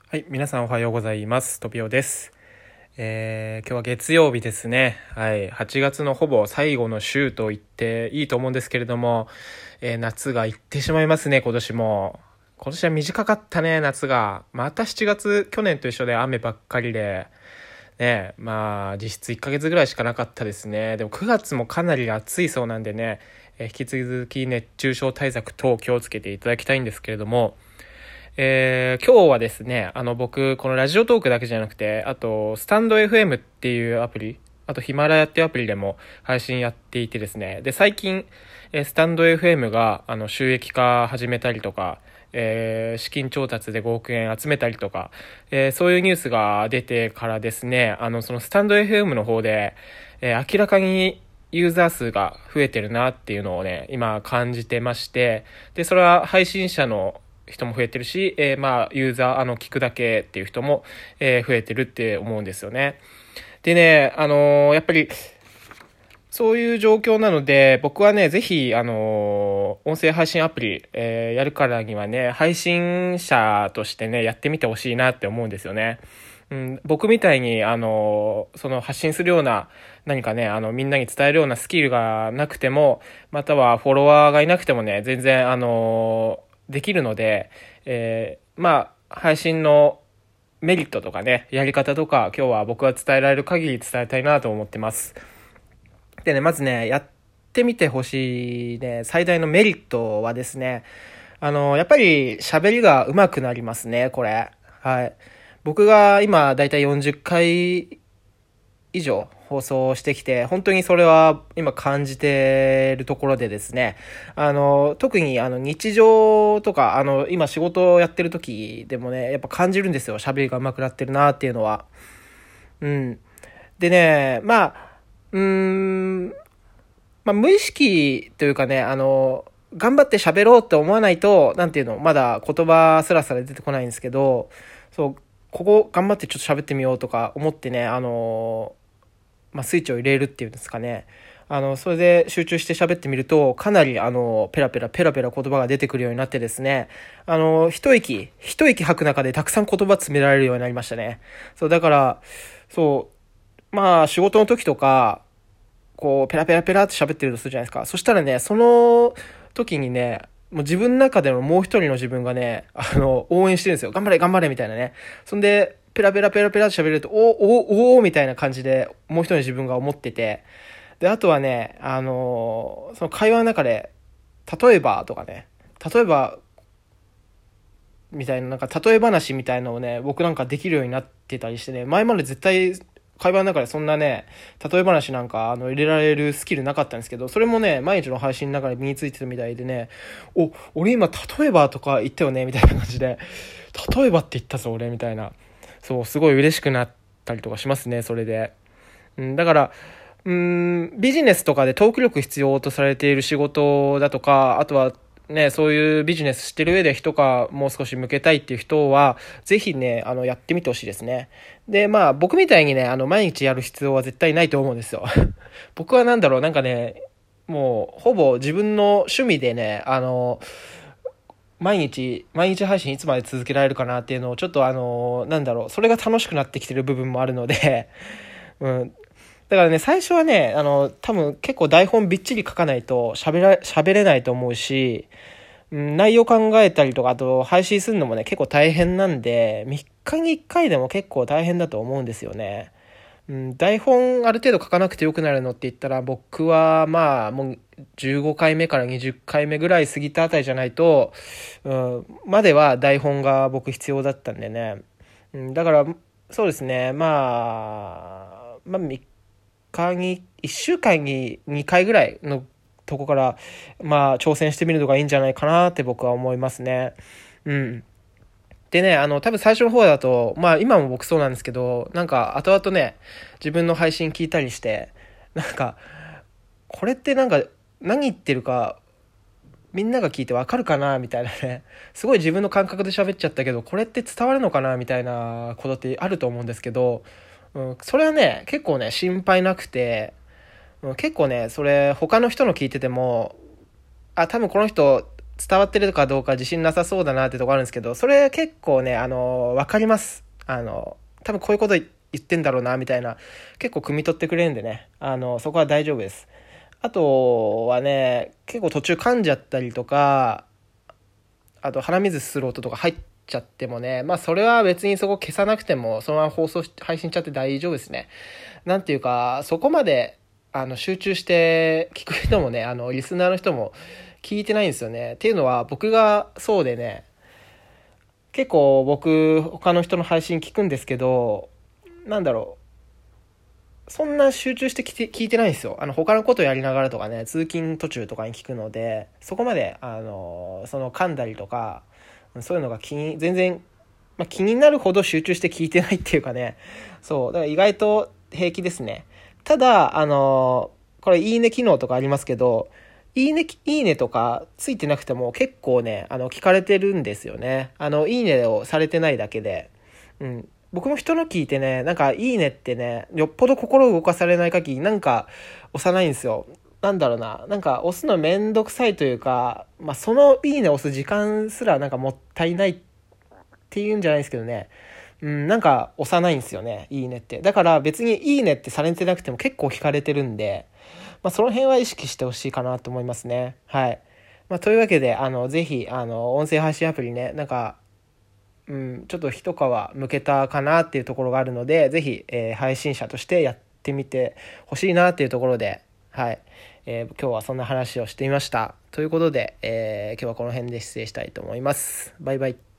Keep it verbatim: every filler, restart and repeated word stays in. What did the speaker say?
はい、皆さんおはようございます。トピオです。えー、今日は月曜日ですね。はい、はちがつのほぼ最後の週と言っていいと思うんですけれども、えー、夏が行ってしまいますね、今年も。今年は短かったね、夏が。またしちがつ、去年と一緒で雨ばっかりで、ね、まあ、実質いっかげつぐらいしかなかったですね。でもくがつもかなり暑いそうなんでね、えー、引き続き熱中症対策等気をつけていただきたいんですけれども、えー、今日はですね、あの僕、このラジオトークだけじゃなくて、あと、スタンド エフエム っていうアプリ、あとヒマラヤっていうアプリでも配信やっていてですね、で、最近、えースタンド エフエム が、あの、収益化始めたりとか、えー資金調達でごおくえん集めたりとか、えーそういうニュースが出てからですね、あの、そのスタンド エフエム の方で、えー明らかにユーザー数が増えてるなっていうのをね、今感じてまして、で、それは配信者の人も増えてるし、えー、まあ、ユーザー、あの、聞くだけっていう人も、えー増えてるって思うんですよね。でね、あのーやっぱり、そういう状況なので、僕はね、ぜひ、あのー音声配信アプリ、えーやるからにはね、配信者としてね、やってみてほしいなって思うんですよね。うん、僕みたいに、あのーその発信するような、何かね、あの、みんなに伝えるようなスキルがなくても、またはフォロワーがいなくてもね、全然、あのーできるので、えーまあ、配信のメリットとかね、やり方とか、今日は僕は伝えられる限り伝えたいなと思ってます。でね、まずね、やってみてほしいね、最大のメリットはですね、あの、やっぱり喋りが上手くなりますね、これ。はい。僕が今、だいたいよんじゅっかい以上放送してきて、本当にそれは今感じてるところでですね、あの、特にあの日常とか、あの、今仕事をやってる時でもね、やっぱ感じるんですよ。喋りが上手くなってるなっていうのは。うん。でね、まあ、うーん、まあ無意識というかね、あの、頑張って喋ろうって思わないと、なんていうの、まだ言葉すらすら出てこないんですけど、そう、ここ頑張ってちょっと喋ってみようとか思ってね、あの、まあ、スイッチを入れるっていうんですかね。あの、それで集中して喋ってみると、かなり、あの、ペラペラ、ペラペラ言葉が出てくるようになってですね、あの、一息、一息吐く中でたくさん言葉詰められるようになりましたね。そう、だから、そう、まあ、仕事の時とか、こう、ペラペラペラって喋ってるとするじゃないですか。そしたらね、その時にね、もう自分の中でのもう一人の自分がね、あの、応援してるんですよ。頑張れ、頑張れ、みたいなね。そんで、ペラペラペラペラって喋ると、おおおおみたいな感じで、もう一人の自分が思ってて。で、あとはね、あのその会話の中で、例えばとかね、例えば、みたいな、なんか例え話みたいのをね、僕なんかできるようになってたりしてね、前まで絶対会話の中でそんなね、例え話なんかあの入れられるスキルなかったんですけど、それもね、毎日の配信の中で身についてたみたいでね、お、俺今例えばとか言ったよねみたいな感じで、例えばって言ったぞ俺みたいな、そう、すごい嬉しくなったりとかしますね、それで。うん、だから、うーん、ビジネスとかでトーク力必要とされている仕事だとか、あとはね、そういうビジネスしてる上で人がもう少し向けたいっていう人は、ぜひね、あの、やってみてほしいですね。で、まあ、僕みたいにね、あの、毎日やる必要は絶対ないと思うんですよ。僕はなんだろう、なんかね、もう、ほぼ自分の趣味でね、あの、毎日、毎日配信いつまで続けられるかなっていうのを、ちょっとあの、なんだろう、それが楽しくなってきてる部分もあるので、うん。だからね、最初はね、あの、多分結構台本びっちり書かないと喋ら、喋れないと思うし、うん、内容考えたりとか、あと配信するのもね、結構大変なんで、みっかにいっかいでも結構大変だと思うんですよね。うん、台本ある程度書かなくてよくなるのって言ったら、僕はまあ、もうじゅうごかいめからにじゅっかいめぐらい過ぎたあたりじゃないと、うん、までは台本が僕必要だったんでね。うん、だから、そうですね、まあ、まあみっかに、いっしゅうかんににかいぐらいのとこから、まあ、挑戦してみるのがいいんじゃないかなって僕は思いますね。うん。でね、あの、多分最初の方だと、まあ今も僕そうなんですけど、なんか後々ね、自分の配信聞いたりして、なんか、これってなんか何言ってるか、みんなが聞いてわかるかなみたいなね、すごい自分の感覚で喋っちゃったけど、これって伝わるのかなみたいなことってあると思うんですけど、うん、それはね、結構ね、心配なくて、うん、結構ね、それ他の人の聞いてても、あ、多分この人伝わってるかどうか自信なさそうだなってとこあるんですけど、それ結構ね、あの、わかります。あの、多分こういうこと言ってんだろうな、みたいな、結構汲み取ってくれるんでね、あの、そこは大丈夫です。あとはね、結構途中噛んじゃったりとか、あと鼻水する音とか入っちゃってもね、まあそれは別にそこ消さなくても、そのまま放送し、配信しちゃって大丈夫ですね。なんていうか、そこまで、あの、集中して聞く人もね、あの、リスナーの人も聞いてないんですよね。っていうのは、僕がそうでね、結構僕、他の人の配信聞くんですけど、なんだろう、そんな集中して聞いて、聞いてないんですよ。あの、他のことやりながらとかね、通勤途中とかに聞くので、そこまで、あの、その噛んだりとか、そういうのが気に、全然、まあ、気になるほど集中して聞いてないっていうかね、そう、だから意外と平気ですね。ただ、あの、これいいね機能とかありますけど、いいね、いいねとかついてなくても結構ね、あの、聞かれてるんですよね。あの、いいねをされてないだけで。うん。僕も人の聞いてね、なんかいいねってね、よっぽど心を動かされない限り、なんか押さないんですよ。なんだろうな。なんか押すのめんどくさいというか、まあ、そのいいねを押す時間すらなんかもったいないっていうんじゃないですけどね。うん、なんか押さないんですよね。いいねって。だから別にいいねってされてなくても結構聞かれてるんで、まあ、その辺は意識してほしいかなと思いますね。はい。まあ、というわけで、あの、ぜひ、あの、音声配信アプリね、なんか、うん、ちょっと一皮向けたかなっていうところがあるので、ぜひ、えー配信者としてやってみてほしいなっていうところで、はい。えー今日はそんな話をしてみました。ということで、えー今日はこの辺で失礼したいと思います。バイバイ。